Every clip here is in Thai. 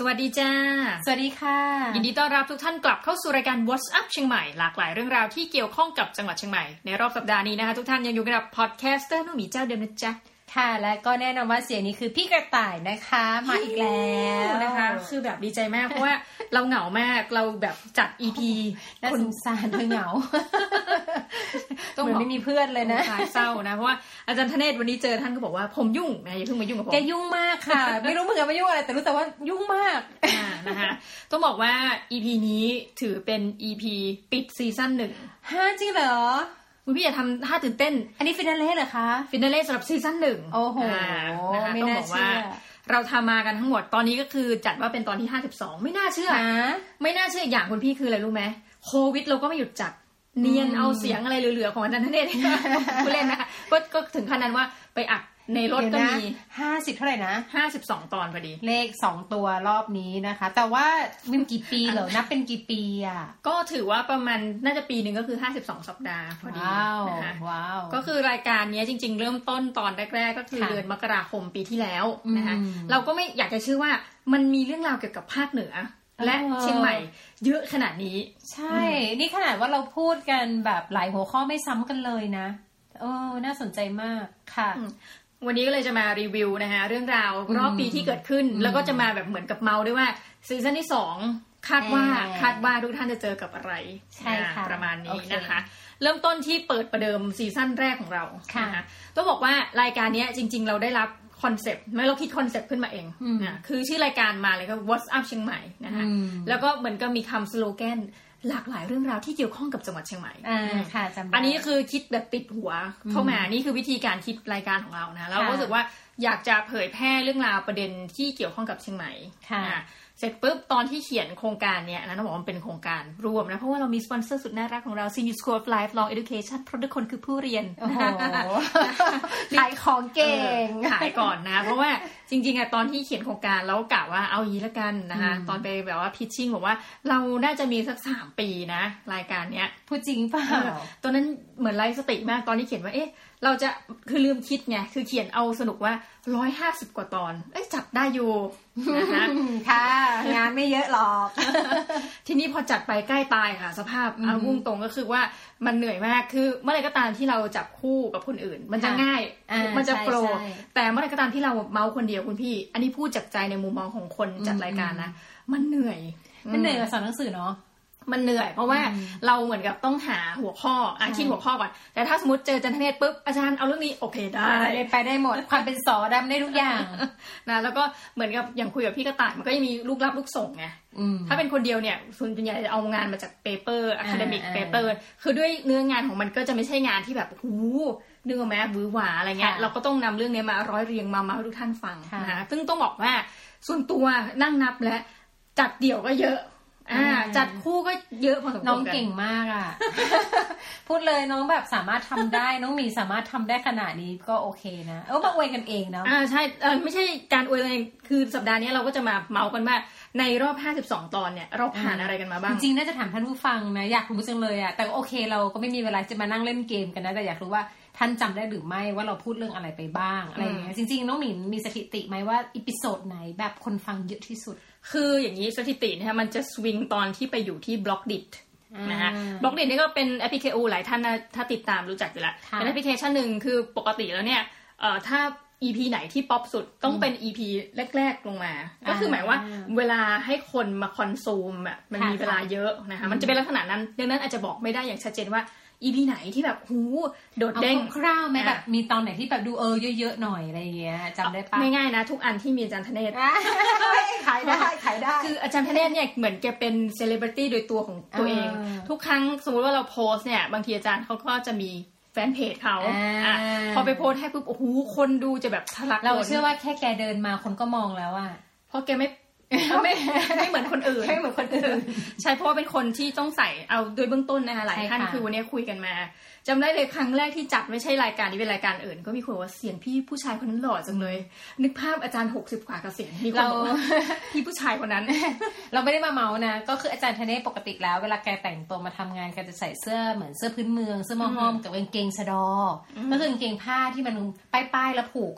วัสดีจ้าสวัสดีค่ะยินดีต้อนรับทุกท่านกลับเข้าสู่รายการ What's Up เชียงใหม่หลากหลายเรื่องราวที่เกี่ยวข้องกับจังหวัดเชียงใหม่ในรอบสัปดาห์นี้นะคะทุกท่านยังอยู่กับพอดแคสเตอร์น้องหมีเจ้าเดิมนะจ๊ะค่ะและก็แน่นอนว่าเสียงนี้คือพี่กระต่ายนะคะมาอีกแล้วนะคะคือแบบดีใจมากเพราะว่าเราเหงามากเราแบบจัด EP น่าสงสารเธอเหงาเหมือนไม่มีเพื่อนเลยนะเศร้านะเพราะว่าอาจารย์ธเนศวันนี้เจอท่านก็บอกว่าผมยุ่งนะอย่าเพิ่งมายุ่งกับผมแกยุ่งมากค่ะไม่รู้เหมือนกันว่ายุ่งอะไรแต่รู้แต่ว่ายุ่งมากนะคะต้องบอกว่า EP นี้ถือเป็น EP ปิดซีซั่น1 จริงเหรอคุณพี่อย่าทำท่าตื่นเต้นอันนี้ฟินาเล่เหรอคะฟินาเล่สำหรับซีซั่น1 โอ้โหนะคะต้องบอกว่าเราทำมากันทั้งหมดตอนนี้ก็คือจัดว่าเป็นตอนที่52ไม่น่าเชื่ออย่างคุณพี่คืออะไรรู้ไหมโควิดเราก็ไม่หยุดจัดเนียนเอาเสียงอะไรเหลือๆของอาจารย์ธเนศผู้เล่นนะคะก็ถึงขนาดนั้นว่าไปอัดในรถก็มี 50เท่าไหร่นะ 52ตอนพอดีเลข2ตัวรอบนี้นะคะแต่ว่ามันกี่ปีเหรอนับเป็นกี่ปีอ่ะก็ถือว่าประมาณน่าจะปีนึงก็คือ52สัปดาห์พอดีนะคะว้าวก็คือรายการนี้จริงๆเริ่มต้นตอนแรกๆก็คือเดือนมกราคมปีที่แล้วนะคะเราก็ไม่อยากจะเชื่อว่ามันมีเรื่องราวเกี่ยวกับภาคเหนือและเชียงใหม่เยอะขนาดนี้ใช่นี่ขนาดว่าเราพูดกันแบบหลายหัวข้อไม่ซ้ำกันเลยนะน่าสนใจมากค่ะวันนี้ก็เลยจะมารีวิวนะคะเรื่องราวรอบปีที่เกิดขึ้นแล้วก็จะมาแบบเหมือนกับเมาด้วยว่าซีซั่นที่2คาดว่าทุกท่านจะเจอกับอะไรใช่ค่ะประมาณนี้นะคะเริ่มต้นที่เปิดประเดิมซีซั่นแรกของเรานะคะต้องบอกว่ารายการนี้จริงๆเราได้รับคอนเซปต์เราคิดคอนเซปต์ขึ้นมาเองนะคือชื่อรายการมาเลยก็ What's Up เชียงใหม่นะคะแล้วก็เหมือนก็มีคำสโลแกนหลากหลายเรื่องราวที่เกี่ยวข้องกับจังหวัดเชียงใหม่ค่ะจำได้อันนี้คือคิดแบบติดหัวเข้ามานี่คือวิธีการคิดรายการของเรานะแล้วรู้สึกว่าอยากจะเผยแพร่เรื่องราวประเด็นที่เกี่ยวข้องกับเชียงใหม่เสร็จปุ๊บตอนที่เขียนโครงการเนี้ยนะต้องบอกว่ามันเป็นโครงการรวมนะเพราะว่าเรามีสปอนเซอร์สุดน่ารักของเรา Senior School of Lifelong Education เพราะทุกคนคือผู้เรียนขายของเก่งขายก่อนนะเพราะว่าจริงๆอะตอนที่เขียนโครงการแล้วกะว่าเอายี้ละกันนะคะตอนไปแบบว่าพิชชิ่งบอกว่าเราน่าจะมีสัก3ปีนะรายการเนี้ยพูดจริงเปล่าตอนนั้นเหมือนไร้สติมากตอนที่เขียนว่าเอ๊ะเราจะคือลืมคิดไงคือเขียนเอาสนุกว่า150กว่าตอนจัดได้อยู่นะคะค่ะงานไม่เยอะหรอกทีนี้พอจัดไปใกล้ตายค่ะสภาพเอามุ่งตรงก็คือว่ามันเหนื่อยมากคือเมื่อไรก็ตามที่เราจับคู่กับคนอื่นมันจะง่ายมันจะโปรแต่เมื่อไรก็ตามที่เราเมาคนเดียวคุณพี่อันนี้พูดจากใจในมุมมองของคนจัดรายการนะมันเหนื่อยกว่าสอนหนังสือเนาะมันเหนื่อยเพราะว่าเราเหมือนกับต้องหาหัวข้อคิดหัวข้อก่อนแต่ถ้าสมมติเจออาจารย์ธเนศปุ๊บอาจารย์เอาเรื่องนี้โอเคได้ไปได้หมดความเป็นสอดำได้ทุกอย่างนะแล้วก็เหมือนกับอย่างคุยกับพี่กระต่ายมันก็ยังมีลูกรับลูกส่งไงถ้าเป็นคนเดียวเนี่ยส่วนใหญ่จะเอางานมาจากเปเปอร์อะคาเดมิกเปเปอร์คือด้วยเนื้องานของมันก็จะไม่ใช่งานที่แบบหูนึกออกไหมบื้อหวาอะไรเงี้ยเราก็ต้องนำเรื่องนี้มาร้อยเรียงมาให้ทุกท่านฟังนะคะซึ่งต้องบอกว่าส่วนตัวนั่งนับและจัดเดี่ยวก็เยอะจัดคู่ก็เยอะพอสมควรน้องเก่งมากอ่ะ พูดเลยน้องแบบสามารถทำได้น้องหมีสามารถทำได้ขนาดนี้ก็โอเคนะมาอวยกันเองเนาะใช่ไม่ใช่การอวยกันเองคือสัปดาห์นี้เราก็จะมาเมากันว่าในรอบ52ตอนเนี่ยเราผ่านอะไรกันมาบ้างจริงๆน่าจะถามท่านผู้ฟังนะอยากรู้จังเลยอ่ะแต่โอเคเราก็ไม่มีเวลาจะมานั่งเล่นเกมกันนะแต่อยากรู้ว่าท่านจำได้หรือไม่ว่าเราพูดเรื่องอะไรไปบ้างอะไรอย่างเงี้ยจริงๆน้องหมีมีสถิติไหมว่าอีพิโซดไหนแบบคนฟังเยอะที่สุดคืออย่างนี้สถิตินะคะมันจะสวิงตอนที่ไปอยู่ที่บล็อกดิทนะคะบล็อกดิทนี่ก็เป็นแอปพลิเคชันหลายท่านนะถ้าติดตามรู้จักอยู่แล้วเป็นแอปพลิเคชันหนึ่งคือปกติแล้วเนี่ยถ้า EP ไหนที่ป๊อปสุดต้องเป็น EP แรกๆลงมาก็คือหมายว่าเวลาให้คนมาคอนซูมอ่ะมันมีเวลาเยอะนะคะมันจะเป็นลักษณะนั้นดังนั้นอาจจะบอกไม่ได้อย่างชัดเจนว่าEP ไหนที่แบบหูโดดเด้งคร่าวๆไหมแบบมีตอนไหนที่แบบดูเยอะๆหน่อยอะไรอย่างเงี้ยจำได้ปะง่ายๆนะทุกอันที่มีอาจารย์ธเนศขายได้คืออาจารย์ธเนศเนี่ยเหมือนแกเป็นเซเลบริตี้โดยตัวของตัวเองทุกครั้งสมมติว่าเราโพสเนี่ยบางทีอาจารย์เขาก็จะมีแฟนเพจเขาพอไปโพสให้ปุ๊บโอ้โหคนดูจะแบบทะลักเราเชื่อว่าแค่แกเดินมาคนก็มองแล้วอ่ะเพราะแกไม่เหมือนคนอื่นใช่เพราะว่าเป็นคนที่ต้องใส่เอาโดยเบื้องต้นนะคะหลายท่านคือวันนี้คุยกันมาจำได้เลยครั้งแรกที่จัดไม่ใช่รายการนี้เป็นรายการอื่นก็มีคนว่าเสียงพี่ผู้ชายคนนั้นหล่อจังเลยนึกภาพอาจารย์60กว่ากับเสียงมีคนบอกว่าพี่ผู้ชายคนนั้นเราไม่ได้มาเมานะก็คืออาจารย์ธเนศปกติแล้วเวลาแกแต่งตัวมาทำงานแกจะใส่เสื้อเหมือนเสื้อพื้นเมืองเสื้อมอห้อมกับกางเกงสะดอก็คือกางเกงผ้าที่มันป้ายๆแล้วผูกอ่ะ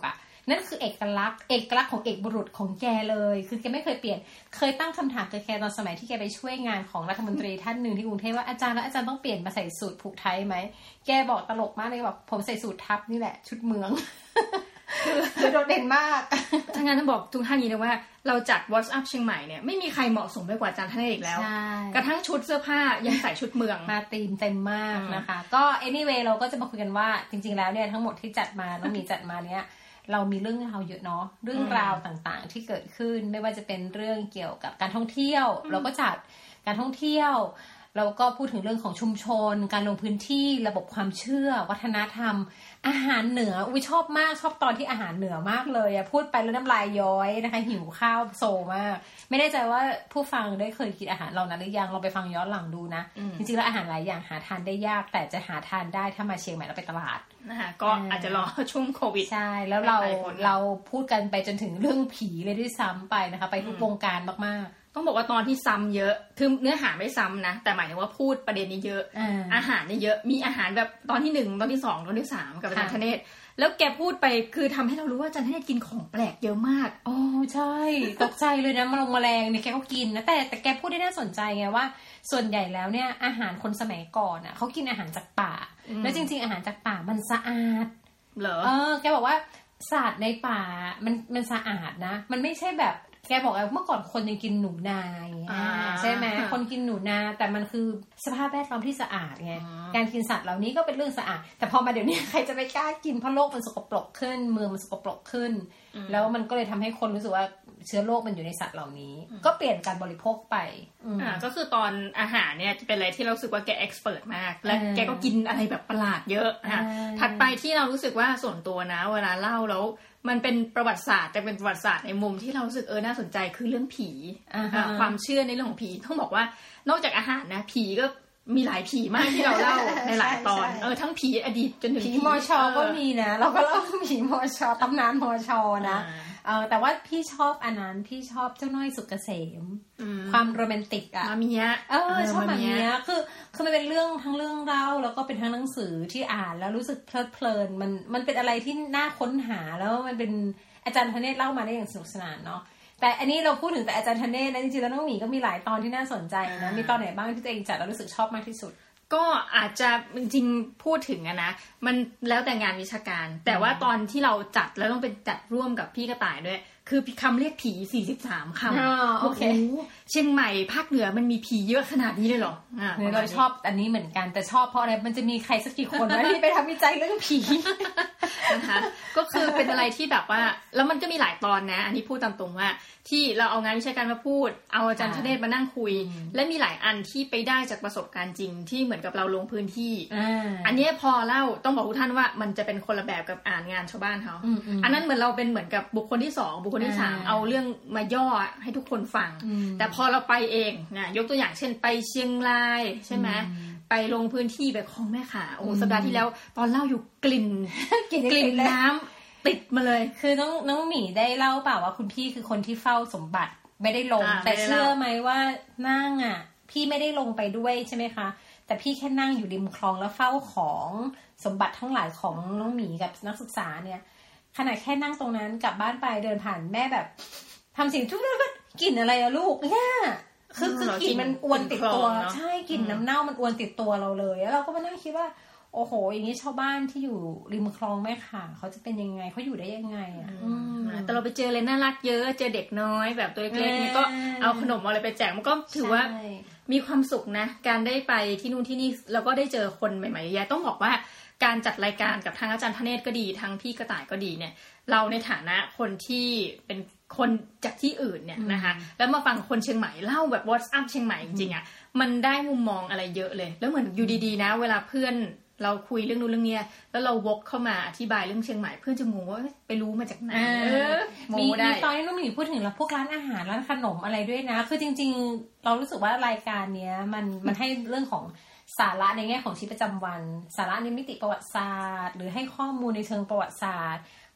นั่นคือเอกลักษณ์ของเอกบุรุษของแกเลยคือแกไม่เคยเปลี่ยนเคยตั้งคำถามกับแกตอนสมัยที่แกไปช่วยงานของรัฐมนตรีท่านหนึ่งที่กรุงเทพว่าอาจารย์แล้วอาจารย์ต้องเปลี่ยนมาใส่สูทผูกไทยไหมแกบอกตลกมากเลยบอกผมใส่สูททับนี่แหละชุดเมืองคือโดดเด่นมากถ้างั้นต้องบอกทุกท่านนี้นะว่าเราจัด WhatsApp เชียงใหม่เนี่ยไม่มีใครเหมาะสมไปกว่าอาจารย์ท่านอีกแล้วกระทั่งชุดเสื้อผ้ายังใส่ชุดเมืองมาตีมเต็มมากนะคะก็ anyway เราก็จะมาคุยกันว่าจริงๆแล้วเนี่ยทั้งหมดที่จัดมาน้องมีจัดมาเนี่ยเรามีเรื่องราวเยอะเนาะเรื่องราวต่างๆที่เกิดขึ้นไม่ว่าจะเป็นเรื่องเกี่ยวกับการท่องเที่ยวเราก็จัดการท่องเที่ยวแล้วก็พูดถึงเรื่องของชุมชนการลงพื้นที่ระบบความเชื่อวัฒนธรรมอาหารเหนือชอบมากชอบตอนที่อาหารเหนือมากเลยอะพูดไปแล้วน้ำลายย้อยนะคะหิวข้าวโซมากไม่แน่ใจว่าผู้ฟังได้เคยกินอาหารเหล่านั้นหรือยังเราไปฟังย้อนหลังดูนะจริงๆแล้วอาหารหลายอย่างหาทานได้ยากแต่จะหาทานได้ถ้ามาเชียงใหม่แล้วไปตลาดนะคะก็อาจจะรอช่วงโควิดใช่แล้วเราพูดกันไปจนถึงเรื่องผีเลยด้วยซ้ำไปนะคะไปทุกวงการมากๆต้องบอกว่าตอนที่ซ้ำเยอะคือเนื้อหาไม่ซ้ำนะแต่หมายถึงว่าพูดประเด็นนี้เยอะอาหารเนี่ยเยอะมีอาหารแบบตอนที่1ตอนที่2ตอนที่3กับอาจารย์ธเนศแล้วแกพูดไปคือทำให้เรารู้ว่าอาจารย์ธเนศกินของแปลกเยอะมากอ๋อใช่ตกใจเลยนะแมลงเนี่ยแกก็กินนะแต่แกพูดได้น่าสนใจไงว่าส่วนใหญ่แล้วเนี่ยอาหารคนสมัยก่อนอ่ะเขากินอาหารจากป่าแล้วจริงๆอาหารจากป่ามันสะอาดเหรอแกบอกว่าสัตว์ในป่ามันสะอาดนะมันไม่ใช่แบบแกบอกว่าเมื่อก่อนคนยังกินหนูนาใช่ไหมคนกินหนูนาแต่มันคือสภาพแวดล้อมที่สะอาดไงการกินสัตว์เหล่านี้ก็เป็นเรื่องสะอาดแต่พอมาเดี๋ยวนี้ใครจะไปกล้ากินเพราะโลกมันสกปรกขึ้นเมืองมันสกปรกขึ้นแล้วมันก็เลยทำให้คนรู้สึกว่าเชื้อโรคมันอยู่ในสัตว์เหล่านี้ก็เปลี่ยนการบริโภคไปก็คือตอนอาหารเนี่ยจะเป็นอะไรที่เรารู้สึกว่าแกเอ็กซ์เพิร์ทมากและแกก็กินอะไรแบบประหลาดเยอะถัดไปที่เรารู้สึกว่าส่วนตัวนะเวลาเล่าแล้วมันเป็นประวัติศาสตร์แต่เป็นประวัติศาสตร์ในมุมที่เรารู้สึกน่าสนใจคือเรื่องผีความเชื่อในเรื่องของผีต้องบอกว่านอกจากอาหารนะผีก็มีหลายผีมากที่เราเล่าในหลายตอนทั้งผีอดีตจนถึงผีมอชอก็มีนะเราก็เล่าผีมอชอตำนานมอชอนะแต่ว่าพี่ชอบอันนั้นพี่ชอบเจ้าน้อยสุกเกษมความโรแมนติกอะมาเมียชอบมาเมียคือมันเป็นเรื่องทั้งเรื่องเล่าแล้วก็เป็นทั้งหนังสือที่อ่านแล้วรู้สึกเพลิดเพลินมันเป็นอะไรที่น่าค้นหาแล้วมันเป็นอาจารย์ธเนศเล่ามาได้อย่างสนุกสนานเนาะแต่อันนี้เราพูดถึงแต่อาจารย์ธเนศนะจริงๆแล้วน้องหมีก็มีหลายตอนที่น่าสนใจนะมีตอนไหนบ้างที่ตัวเองจัดแล้วรู้สึกชอบมากที่สุดก็อาจจะจริงๆพูดถึงนะมันแล้วแต่งานวิชาการแต่ว่าตอนที่เราจัดแล้วต้องเป็นจัดร่วมกับพี่กระต่ายด้วยคือคำเรียกผี43คำโอเคเชียงใหม่ภาคเหนือมันมีผีเยอะขนาดนี้เลยเหรอเราชอบอันนี้เหมือนกันแต่ชอบเพราะอะไรมันจะมีใครสักกี่คนที่ไปทำวิจัยเรื่องผีนะคะก็คือเป็นอะไรที่แบบว่าแล้วมันก็มีหลายตอนนะอันนี้พูดตามตรงว่าที่เราเอางานวิชาการมาพูดเอาอาจารย์ธเนศมานั่งคุยและมีหลายอันที่ไปได้จากประสบการณ์จริงที่เหมือนกับเราลงพื้นที่อันนี้พอเล่าต้องบอกทุกท่านว่ามันจะเป็นคนละแบบกับอ่านงานชาวบ้านเขาอันนั้นเหมือนเราเป็นเหมือนกับบุคคลที่2บุคคลที่3เอาเรื่องมาย่อให้ทุกคนฟังแต่พอเราไปเองนะยกตัวอย่างเช่นไปเชียงรายใช่ไหมไปลงพื้นที่แบบคลองแม่ขาโอ้สัปดาห์ที่แล้วตอนเล่าอยู่กลิ่นน้ำติดมาเลยคือน้องหมีได้เล่าเปล่าว่าคุณพี่คือคนที่เฝ้าสมบัติไม่ได้ลงแต่เชื่อไหมว่านั่งอ่ะพี่ไม่ได้ลงไปด้วยใช่ไหมคะแต่พี่แค่นั่งอยู่ริมคลองแล้วเฝ้าของสมบัติทั้งหลายของน้องหมีกับนักศึกษาเนี่ยขณะแค่นั่งตรงนั้นกลับบ้านไปเดินผ่านแม่แบบทำสิ่งทุกอย่างกลิ่นอะไรอะลูกเนี่ยคือกลิ่นมันอวนติดตัวใช่กลิ่นน้ำเน่ามันอวนติดตัวเราเลยแล้วเราก็มานั่งคิดว่าโอ้โหอย่างนี้ชาวบ้านที่อยู่ริมคลองแม่ข่าเขาจะเป็นยังไงเขาอยู่ได้ยังไงอ่ะแต่เราไปเจอเลยน่ารักเยอะเจอเด็กน้อยแบบตัวเล็กๆนี่ก็เอาขนมอะไรไปแจกมันก็ถือว่ามีความสุขนะการได้ไปที่นู่นที่นี่แล้วก็ได้เจอคนใหม่ๆเยอะต้องบอกว่าการจัดรายการกับทางอาจารย์ธเนศก็ดีทั้งพี่กระต่ายก็ดีเนี่ยเราในฐานะคนที่เป็นคนจากที่อื่นเนี่ยนะคะแล้วมาฟังคนเชียงใหม่เล่าแบบ WhatsApp เชียงใหม่จริงๆอ่ะมันได้มุมมองอะไรเยอะเลยแล้วเหมือนอยู่ดีๆนะเวลาเพื่อนเราคุยเรื่องนู้นเรื่องนี้แล้วเราวกเข้ามาอธิบายเรื่องเชียงใหม่เพื่อนจะงงว่าไปรู้มาจากไหนมีตอนนี้น้องหมีพูดถึงแล้วพวกร้านอาหารร้านขนมอะไรด้วยนะคือจริงๆเรารู้สึกว่ารายการเนี้ยมันให้เรื่องของสาระในแง่ของชีวิตประจำวันสาระในมิติประวัติศาสตร์หรือให้ข้อมูลในเชิงประวัติศาสตร์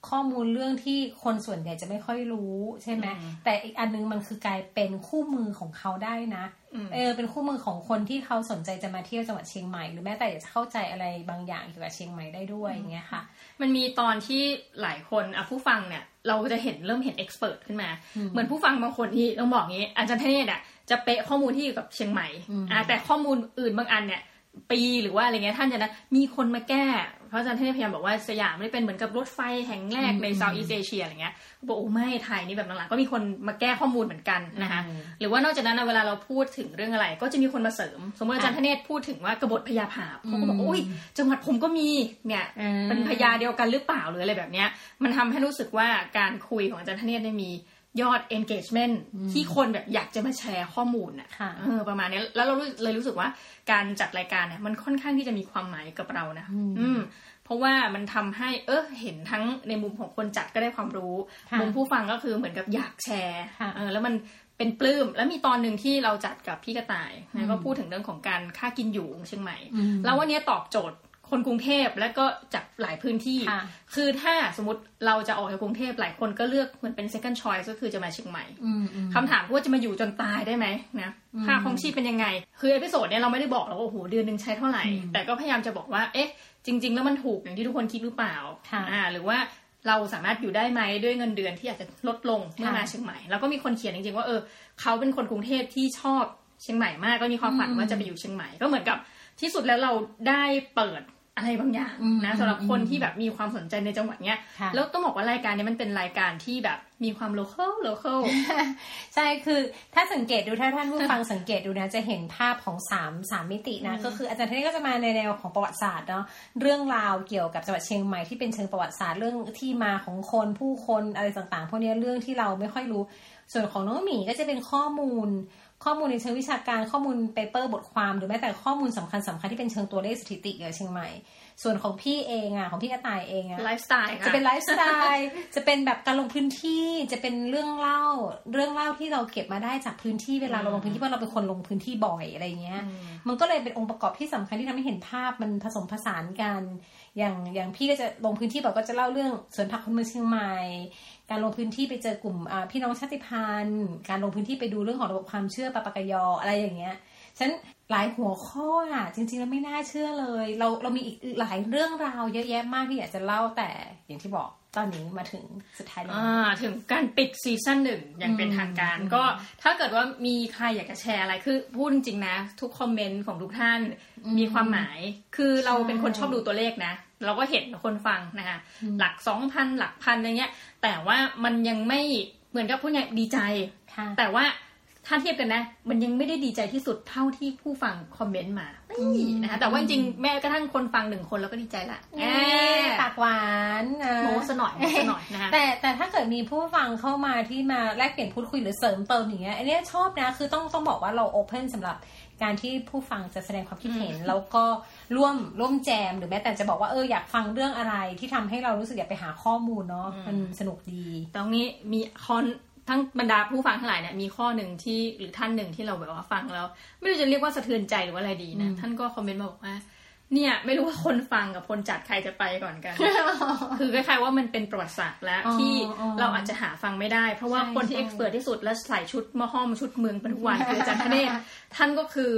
ข้อมูลเรื่องที่คนส่วนใหญ่จะไม่ค่อยรู้ใช่ไหมแต่อีกอันนึงมันคือกลายเป็นคู่มือของเขาได้นะเป็นคู่มือของคนที่เขาสนใจจะมาเที่ยวจังหวัดเชียงใหม่หรือแม้แต่จะเข้าใจอะไรบางอย่างเกี่ยวกับเชียงใหม่ได้ด้วยอย่างเงี้ยค่ะมันมีตอนที่หลายคนผู้ฟังเนี่ยเราจะเริ่มเห็นเอ็กซ์เพิร์ทขึ้นมาเหมือนผู้ฟังบางคนที่ต้องบอกงี้อาจารย์ธเนศจะเป๊ะข้อมูลที่อยู่กับเชียงใหม่แต่ข้อมูลอื่นบางอันเนี่ยปีหรือว่าอะไรเงี้ยท่านจะนะมีคนมาแก้เพราะอาจารย์ท่านพยายามบอกว่าสยามไม่ได้เป็นเหมือนกับรถไฟแห่งแรกในเซาท์อีสต์เอเชียอะไรเงี้ยบอกโอ้ไม่ไทยนี่แบบหลังๆก็มีคนมาแก้ข้อมูลเหมือนกันนะคะหรือว่านอกจากนั้นเวลาเราพูดถึงเรื่องอะไรก็จะมีคนมาเสริมสมมติอาจารย์ธเนศพูดถึงว่ากบฏพญาภาพเขาก็บอกอุ้ยจังหวัดผมก็มีเนี่ยเป็นพญาเดียวกันหรือเปล่าหรืออะไรแบบเนี้ยมันทำให้รู้สึกว่าการคุยของอาจารย์ธเนศได้มียอด engagement ที่คนแบบอยากจะมาแชร์ข้อมูลประมาณนี้แล้วเราเลยรู้สึกว่าการจัดรายการเนี่ยมันค่อนข้างที่จะมีความหมายกับเรานะเพราะว่ามันทำให้เห็นทั้งในมุมของคนจัดก็ได้ความรู้มุมผู้ฟังก็คือเหมือนกับอยากแชร์แล้วมันเป็นปลื้มแล้วมีตอนหนึ่งที่เราจัดกับพี่กระต่ายนะก็พูดถึงเรื่องของการค่ากินอยู่ของเชียงใหม่แล้ววันนี้ตอบโจทย์คนกรุงเทพแล้วก็จากหลายพื้นที่คือถ้าสมมติเราจะออกจากกรุงเทพหลายคนก็เลือกเหมือนเป็น second choice ก็คือจะมาเชียงใหม่คำถามว่าจะมาอยู่จนตายได้ไหมนะค่าครองชีพเป็นยังไงคือเอพิโซดเนี้ยเราไม่ได้บอกหรอกว่าโอ้โหเดือนนึงใช้เท่าไหร่แต่ก็พยายามจะบอกว่าเอ๊ะจริงๆแล้วมันถูกอย่างที่ทุกคนคิดหรือเปล่าหรือว่าเราสามารถอยู่ได้ไหมด้วยเงินเดือนที่อาจจะลดลงเมื่อมาเชียงใหม่แล้วก็มีคนเขียนจริงๆว่าเขาเป็นคนกรุงเทพที่ชอบเชียงใหม่มากก็มีความฝันว่าจะไปอยู่เชียงใหม่ก็เหมือนกับที่สุดแล้วเราได้เปิดอะไรบางอย่างนะสำหรับคนที่แบบมีความสนใจในจังหวัดเนี้ยแล้วต้องบอกว่ารายการนี้มันเป็นรายการที่แบบมีความโลคอลใช่คือถ้าสังเกตดูถ้าท่านผู้ฟังสังเกตดูนะจะเห็นภาพของ3มิตินะก็คืออาจารย์ท่านก็จะมาในแนวของประวัติศาสตร์เนาะเรื่องราวเกี่ยวกับจังหวัดเชียงใหม่ที่เป็นเชิงประวัติศาสตร์เรื่องที่มาของคนผู้คนอะไรต่างๆพวกนี้เรื่องที่เราไม่ค่อยรู้ส่วนของน้องหมีก็จะเป็นข้อมูลในเชิงวิชาการข้อมูลเปเปอร์บทความหรือแม้แต่ข้อมูลสำคัญที่เป็นเชิงตัวเลขสถิติเกี่ยวกับเชียงใหม่ส่วนของพี่เองของพี่กระต่ายเองไลฟ์สไตล์จะเป็นไลฟ์สไตล์จะเป็นแบบการลงพื้นที่จะเป็นเรื่องเล่าที่เราเก็บมาได้จากพื้นที่เวลาเราลงพื้นที่เพราะเราเป็นคนลงพื้นที่บ่อยอะไรเงี้ยมันก็เลยเป็นองค์ประกอบที่สำคัญที่ทำให้เห็นภาพมันผสมผสานกันอย่างพี่ก็จะลงพื้นที่บอกก็จะเล่าเรื่องสวนผักคนเมืองเชียงใหม่การลงพื้นที่ไปเจอกลุ่มพี่น้องชาติพันธุ์การลงพื้นที่ไปดูเรื่องของระบบความเชื่อปะปะกยออะไรอย่างเงี้ยฉันหลายหัวข้อจริงๆแล้วไม่น่าเชื่อเลยเรามีอีกหลายเรื่องราวเยอะแยะมากที่อยากจะเล่าแต่อย่างที่บอกตอนนี้มาถึงสุดท้ายแล้วถึงการปิดซีซั่น1อย่างเป็นทางการก็ถ้าเกิดว่ามีใครอยากจะแชร์อะไรคือพูดจริงๆนะทุกคอมเมนต์ของทุกท่านมีความหมายคือเราเป็นคนชอบดูตัวเลขนะเราก็เห็นคนฟังนะคะหลัก 2,000 หลักพันอะไรเงี้ยแต่ว่ามันยังไม่เหมือนกับพูดง่ายดีใจแต่ว่าถ้าเทียบกันนะมันยังไม่ได้ดีใจที่สุดเท่าที่ผู้ฟังคอมเมนต์มานะคะแต่ว่าจริงๆแม้กระทั่งคนฟัง1คนเราก็ดีใจละปากหวานโม้ซะหน่อยนะคะแต่ถ้าเกิดมีผู้ฟังเข้ามาที่มาแลกเปลี่ยนพูดคุยหรือเสริมเติมอย่างเงี้ยอันนี้ชอบนะคือต้องบอกว่าเราโอเพนสำหรับการที่ผู้ฟังจะแสดงความคิดเห็นแล้วก็ร่วมแจมหรือแม้แต่จะบอกว่าอยากฟังเรื่องอะไรที่ทำให้เรารู้สึกอยากไปหาข้อมูลเนาะมันสนุกดีตรงนี้มีทั้งบรรดาผู้ฟังทั้งหลายเนี่ยมีข้อหนึ่งที่หรือท่านหนึ่งที่เราแบบว่าฟังแล้วไม่รู้จะเรียกว่าสะเทือนใจหรือว่าอะไรดีนะท่านก็คอมเมนต์มาบอกว่าเนี่ยไม่รู้ว่าคนฟังกับคนจัดใครจะไปก่อนกัน คือคล้ายๆว่ามันเป็นประวัติศาสตร์แล้วที่เราอาจจะหาฟังไม่ได้เพราะว่าคนที่เอ็กซ์เพิร์ทที่สุดและใส่ชุดมะฮ่อมชุดเมืองเป็นทุกวันคืออาจารย์ธเนศท่านก็คือ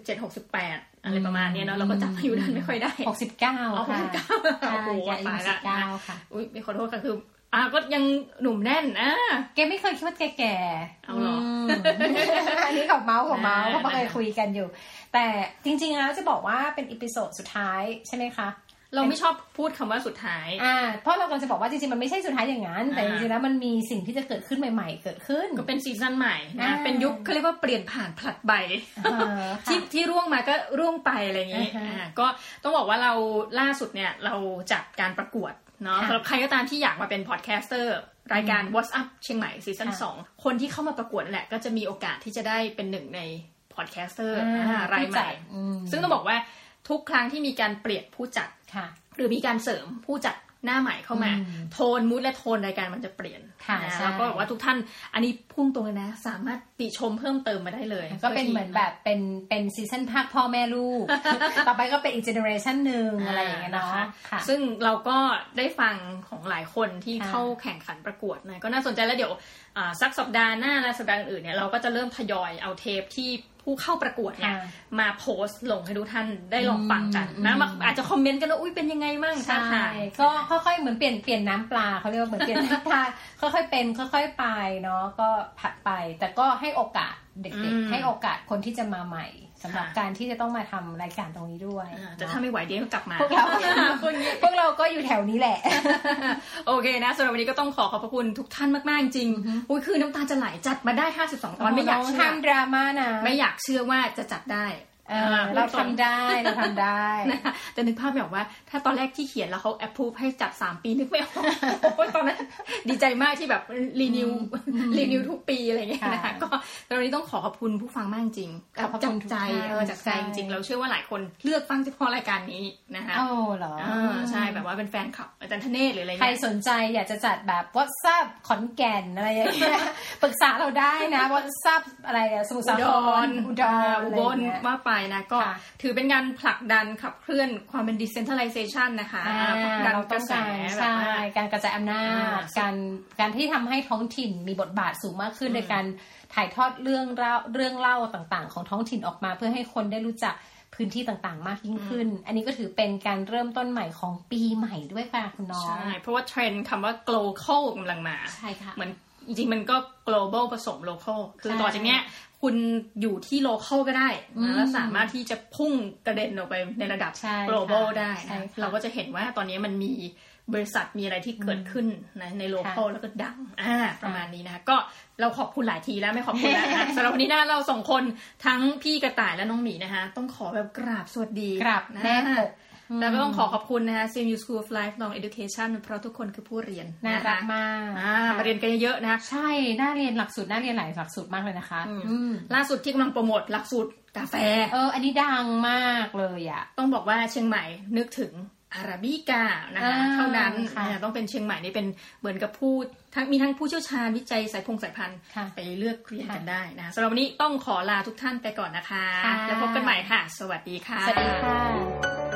67-68อะไรประมาณนี้เนาะเราก็จำอายุท่านไม่ค่อยได้ 69ค่ะโอ้โหตายละอุ๊ยไม่ขอโทษค่ะคือก็ยังหนุ่มแน่นแกไม่เคยคิดว่าแก่เอาหรออันนี้ของเมาส์เพราะไม่เคยคุยกันอยู่แต่จริงๆแล้วจะบอกว่าเป็นอีพิโซดสุดท้ายใช่ไหมคะเราไม่ชอบพูดคำว่าสุดท้ายเพราะเรากำลังจะบอกว่าจริงๆมันไม่ใช่สุดท้ายอย่างนั้นแต่จริงๆแล้วมันมีสิ่งที่จะเกิดขึ้นใหม่ๆเกิดขึ้นก็เป็นซีซั่นใหม่นะเป็นยุคเขาเรียกว่าเปลี่ยนผ่านผลัดใบที่ร่วงมาก็ร่วงไปอะไรอย่างนี้ก็ต้องบอกว่าเราล่าสุดเนี่ยเราจัดการประกวดเนาะสำหรับใครก็ตามที่อยากมาเป็นพอดแคสเตอร์รายการ What's Up เชียงใหม่ซีซั่น2คนที่เข้ามาประกวดแหละก็จะมีโอกาสที่จะได้เป็นหนึ่งในพอดแคสเตอร์รายใหม่ซึ่งต้องบอกว่าทุกครั้งที่มีการเปลี่ยนผู้จัดหรือมีการเสริมผู้จัดหน้าใหม่เข้ามาโทนมูดและโทนรายการมันจะเปลี่ยนนะแล้วก็บอกว่าทุกท่านอันนี้พุ่งตรงเลยนะสามารถติชมเพิ่มเติมมาได้เลยก็เป็นเหมือนแบบเป็นซีซั่นภาคพ่อแม่ลูก ต่อไปก็เป็นอีกเจเนอเรชันนึงอะไรอย่างเงี้ยนะคะซึ่งเราก็ได้ฟังของหลายคนที่เข้าแข่งขันประกวดนะก็น่าสนใจแล้วเดี๋ยวสักสัปดาห์หน้าและสัปดาห์อื่นเนี่ยเราก็จะเริ่มทยอยเอาเทปที่ผู้เข้าประกวดเนี่ยมาโพสต์ลงให้ทุกท่านได้ลองฟังกันนะอาจจะคอมเมนต์กันว่าอุ้ยเป็นยังไงบ้างใช่ก็ค่อยๆเหมือนเปลี่ยนน้ำปลาเขาเรียกว่าเหมือนเปลี่ยนน้ำปลาค่อยๆเป็นค่อยๆไปเนาะก็ผัดไปแต่ก็ให้โอกาสเด็กๆให้โอกาสคนที่จะมาใหม่สำหรับการที่จะต้องมาทำรายการตรงนี้ด้วยแต่ถ้าไม่ไหวเดี๋ยวกลับมาพวกเราก็อยู่แถวนี้แหละโอเคนะสำหรับวันนี้ก็ต้องขอบพระคุณทุกท่านมากๆจริงอุ้ยคือน้ำตาจะไหลจัดมาได้52ตอนไม่อยากเชื่อทำดราม่านะไม่อยากเชื่อว่าจะจัดได้เราทำได้นะแต่นึกภาพไม่ออกว่าถ้าตอนแรกที่เขียนแล้วเขาแอปพูฟให้จัด3ปีนึกไม่ออกตอนนั้นดีใจมากที่แบบรีนิวทุกปีอะไรอย่างเงี้ยนะคะก็ตอนนี้ต้องขอบคุณผู้ฟังมากจริงจากใจจริงเราเชื่อว่าหลายคนเลือกฟังเฉพาะรายการนี้นะคะโอ้เหรอใช่แบบว่าเป็นแฟนคลับอาจารย์ธเนศหรืออะไรใครสนใจอยากจะจัดแบบ WhatsApp ขอนแก่นอะไรอย่างเงี้ยปรึกษาเราได้นะ WhatsApp อะไรสมุทรสาครอุดรว่าไปนะก็ถือเป็นการผลักดันขับเคลื่อนความเป็น decentralization นะคะการกระจายการกระจายอำนาจการที่ทำให้ท้องถิ่นมีบทบาทสูงมากขึ้นในการถ่ายทอดเรื่องเล่าต่างๆของท้องถิ่นออกมาเพื่อให้คนได้รู้จักพื้นที่ต่างๆมากยิ่งขึ้นอันนี้ก็ถือเป็นการเริ่มต้นใหม่ของปีใหม่ด้วยค่ะคุณน้องใช่เพราะว่าเทรนด์คำว่า global กำลังมาใช่ค่ะเหมือนจริงๆมันก็ global ผสม local คือต่อจากเนี้ยคุณอยู่ที่ local ก็ได้แล้วสามารถที่จะพุ่งกระเด็นออกไปในระดับ global ได้นะเราก็จะเห็นว่าตอนนี้มันมีบริษัทมีอะไรที่เกิดขึ้นนะใน local แล้วก็ดังประมาณนี้นะก็เราขอบคุณหลายทีแล้วไม่ขอบคุณแล้วนะสำหรับวันนี้นะเรา2คนทั้งพี่กระต่ายและน้องหมีนะคะต้องขอแบบกราบสวัสดีกราบแน่ปกแล้วก็ต้องขอบคุณนะคะ CMU School of Lifelong Education เพราะทุกคนคือผู้เรียนน่ารักมากมาเรียนกันเยอะๆนะใช่น่าเรียนหลักสูตรน่าเรียนหลายหลักสูตรมากเลยนะคะล่าสุดที่กำลังโปรโมทหลักสูตรกาแฟอันนี้ดังมากเลยอ่ะต้องบอกว่าเชียงใหม่นึกถึงอาราบิก้านะคะเท่านั้นต้องเป็นเชียงใหม่นี่เป็นเหมือนกับมีทั้งผู้เชี่ยวชาญวิจัยสายพันธุ์ไปเลือกเรียนกันได้นะสำหรับวันนี้ต้องขอลาทุกท่านไปก่อนนะคะแล้วพบกันใหม่ค่ะสวัสดีค่ะสวัสดีค่ะ